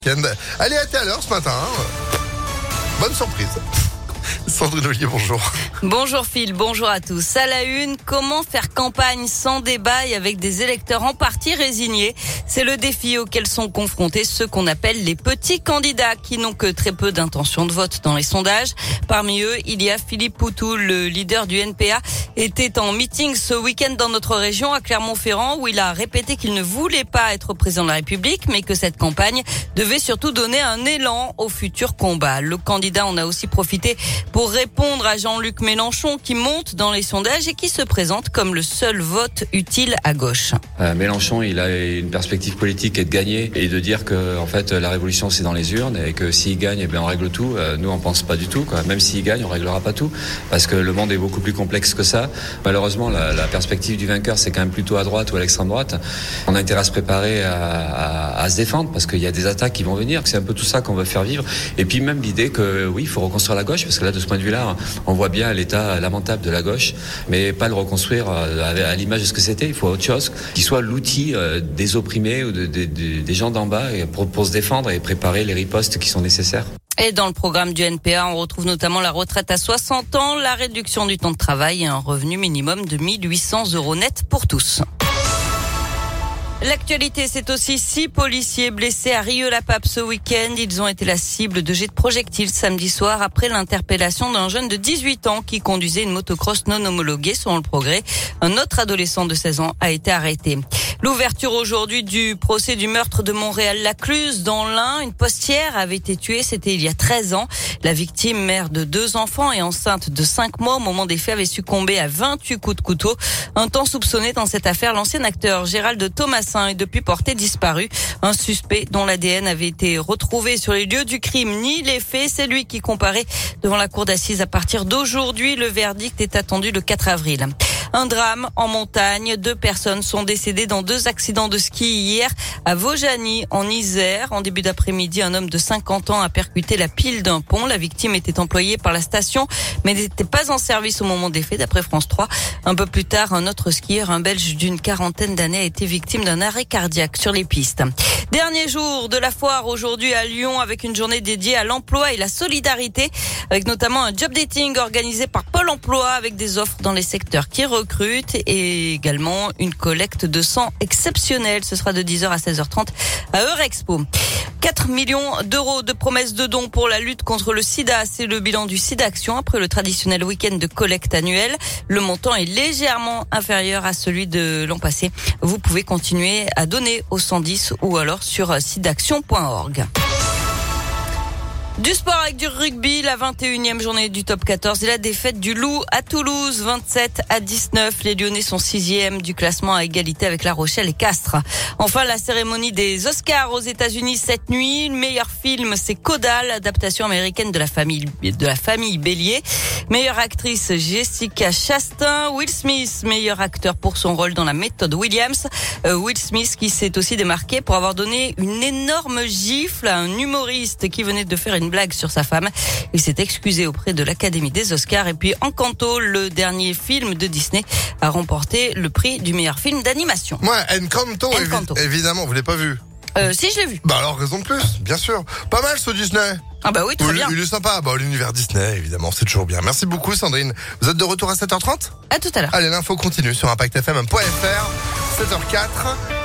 Elle est à l'heure ce matin. Bonne surprise. Sandrine Ollier, bonjour. Bonjour Phil, bonjour à tous. À la une, comment faire campagne sans débat et avec des électeurs en partie résignés? C'est le défi auquel sont confrontés ceux qu'on appelle les petits candidats qui n'ont que très peu d'intention de vote dans les sondages. Parmi eux, il y a Philippe Poutou, le leader du NPA, était en meeting ce week-end dans notre région à Clermont-Ferrand où il a répété qu'il ne voulait pas être président de la République mais que cette campagne devait surtout donner un élan au futur combat. Le candidat en a aussi profité pour répondre à Jean-Luc Mélenchon qui monte dans les sondages et qui se présente comme le seul vote utile à gauche. Mélenchon, il a une perspective politique et de gagner et de dire que en fait la révolution c'est dans les urnes et que s'il gagne, eh bien on règle tout. Nous on pense pas du tout, quoi. Même s'il gagne, on réglera pas tout parce que le monde est beaucoup plus complexe que ça. Malheureusement, la perspective du vainqueur c'est quand même plutôt à droite ou à l'extrême droite. On a intérêt à se préparer à se défendre parce qu'il y a des attaques qui vont venir. C'est un peu tout ça qu'on veut faire vivre. Et puis même l'idée que oui, il faut reconstruire la gauche parce que là de ce point de vue-là, on voit bien l'état lamentable de la gauche, mais pas le reconstruire à l'image de ce que c'était. Il faut autre chose qui soit l'outil des opprimés ou des gens d'en bas pour se défendre et préparer les ripostes qui sont nécessaires. Et dans le programme du NPA, on retrouve notamment la retraite à 60 ans, la réduction du temps de travail et un revenu minimum de 1 800 € net pour tous. L'actualité, c'est aussi 6 policiers blessés à Rieux-la-Pape ce week-end. Ils ont été la cible de jets de projectiles samedi soir après l'interpellation d'un jeune de 18 ans qui conduisait une motocross non homologuée selon le Progrès. Un autre adolescent de 16 ans a été arrêté. L'ouverture aujourd'hui du procès du meurtre de Montréal-Lacluse dans l'Ain. Une postière avait été tuée, c'était il y a 13 ans. La victime, mère de 2 enfants et enceinte de 5 mois au moment des faits, avait succombé à 28 coups de couteau. Un temps soupçonné dans cette affaire, l'ancien acteur Gérald Thomasin est depuis porté disparu. Un suspect dont l'ADN avait été retrouvé sur les lieux du crime nie les faits. C'est lui qui comparaît devant la cour d'assises à partir d'aujourd'hui. Le verdict est attendu le 4 avril. Un drame en montagne. 2 personnes sont décédées dans 2 accidents de ski hier à Vaujany, en Isère. En début d'après-midi, un homme de 50 ans a percuté la pile d'un pont. La victime était employée par la station, mais n'était pas en service au moment des faits, d'après France 3. Un peu plus tard, un autre skieur, un Belge d'une quarantaine d'années, a été victime d'un arrêt cardiaque sur les pistes. Dernier jour de la foire aujourd'hui à Lyon avec une journée dédiée à l'emploi et la solidarité, avec notamment un job dating organisé par Pôle emploi avec des offres dans les secteurs qui recrutent et également une collecte de sang exceptionnelle. Ce sera de 10h à 16h30 à Eurexpo. 4 millions d'euros de promesses de dons pour la lutte contre le sida. C'est le bilan du Sida Action après le traditionnel week-end de collecte annuel. Le montant est légèrement inférieur à celui de l'an passé. Vous pouvez continuer à donner au 110 ou alors sur sidaction.org. Du sport avec du rugby, la 21e journée du top 14 et la défaite du Loup à Toulouse, 27-19. Les Lyonnais sont 6e du classement à égalité avec La Rochelle et Castres. Enfin, la cérémonie des Oscars aux États-Unis cette nuit. Le meilleur film, c'est Coda, l'adaptation américaine de la famille Bélier. Meilleure actrice, Jessica Chastain. Will Smith, meilleur acteur pour son rôle dans La Méthode Williams. Will Smith qui s'est aussi démarqué pour avoir donné une énorme gifle à un humoriste qui venait de faire une blague sur sa femme. Il s'est excusé auprès de l'Académie des Oscars. Et puis Encanto, le dernier film de Disney, a remporté le prix du meilleur film d'animation. Ouais, Encanto. Évidemment, vous l'avez pas vu? Si, je l'ai vu. Bah alors, raison de plus, bien sûr. Pas mal ce Disney. Ah bah oui, très bien. Il est sympa. Bah, l'univers Disney, évidemment, c'est toujours bien. Merci beaucoup, Sandrine. Vous êtes de retour à 7h30? À tout à l'heure. Allez, l'info continue sur ImpactFM.fr. 7h04.